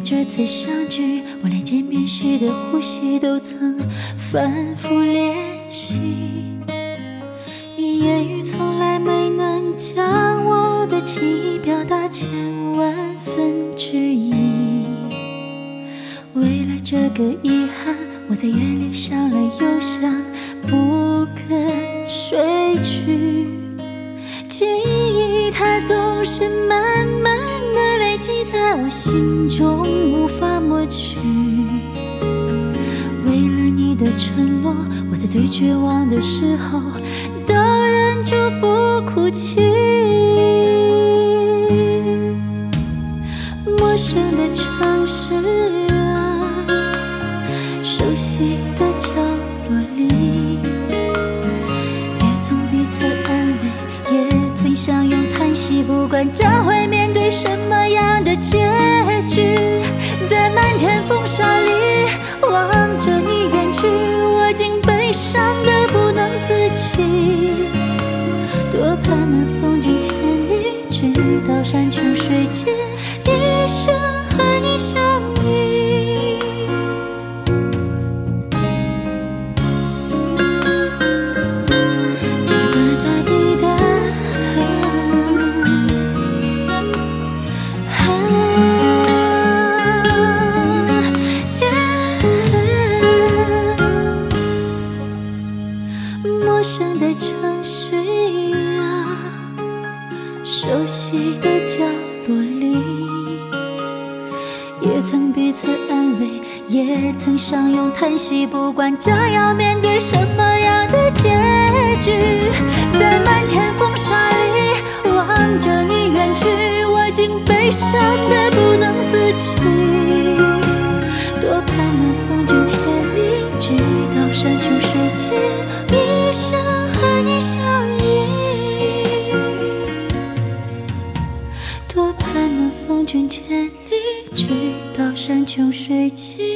这次相聚，我连见面时的呼吸都曾反复练习，言语从来没能将我的情意表达千万分之一。为了这个遗憾，我在夜里想了又想，不肯睡去。记忆它总是慢慢的累积在我心中，无法抹去。为了你的承诺，我在最绝望的时候都忍住不哭泣。陌生的城市啊，熟悉的角落里，也曾彼此安慰，也曾相拥叹息，不管将会面对什么样的结局。在漫天风沙里望着你远去，我竟悲伤得不能自己。多盼能送君千里，直到山穷水尽，一生和你相依。滴答滴答，陌生的城市啊，熟悉的角落里，也曾彼此安慰，也曾相拥叹息，不管将要面对什么样的结局。在漫天风沙里望着你远去，我竟悲伤得不能自己。多盼能送君千里，直到山穷水尽，一生和你相依。多盼能送君千里，直到山穷水尽。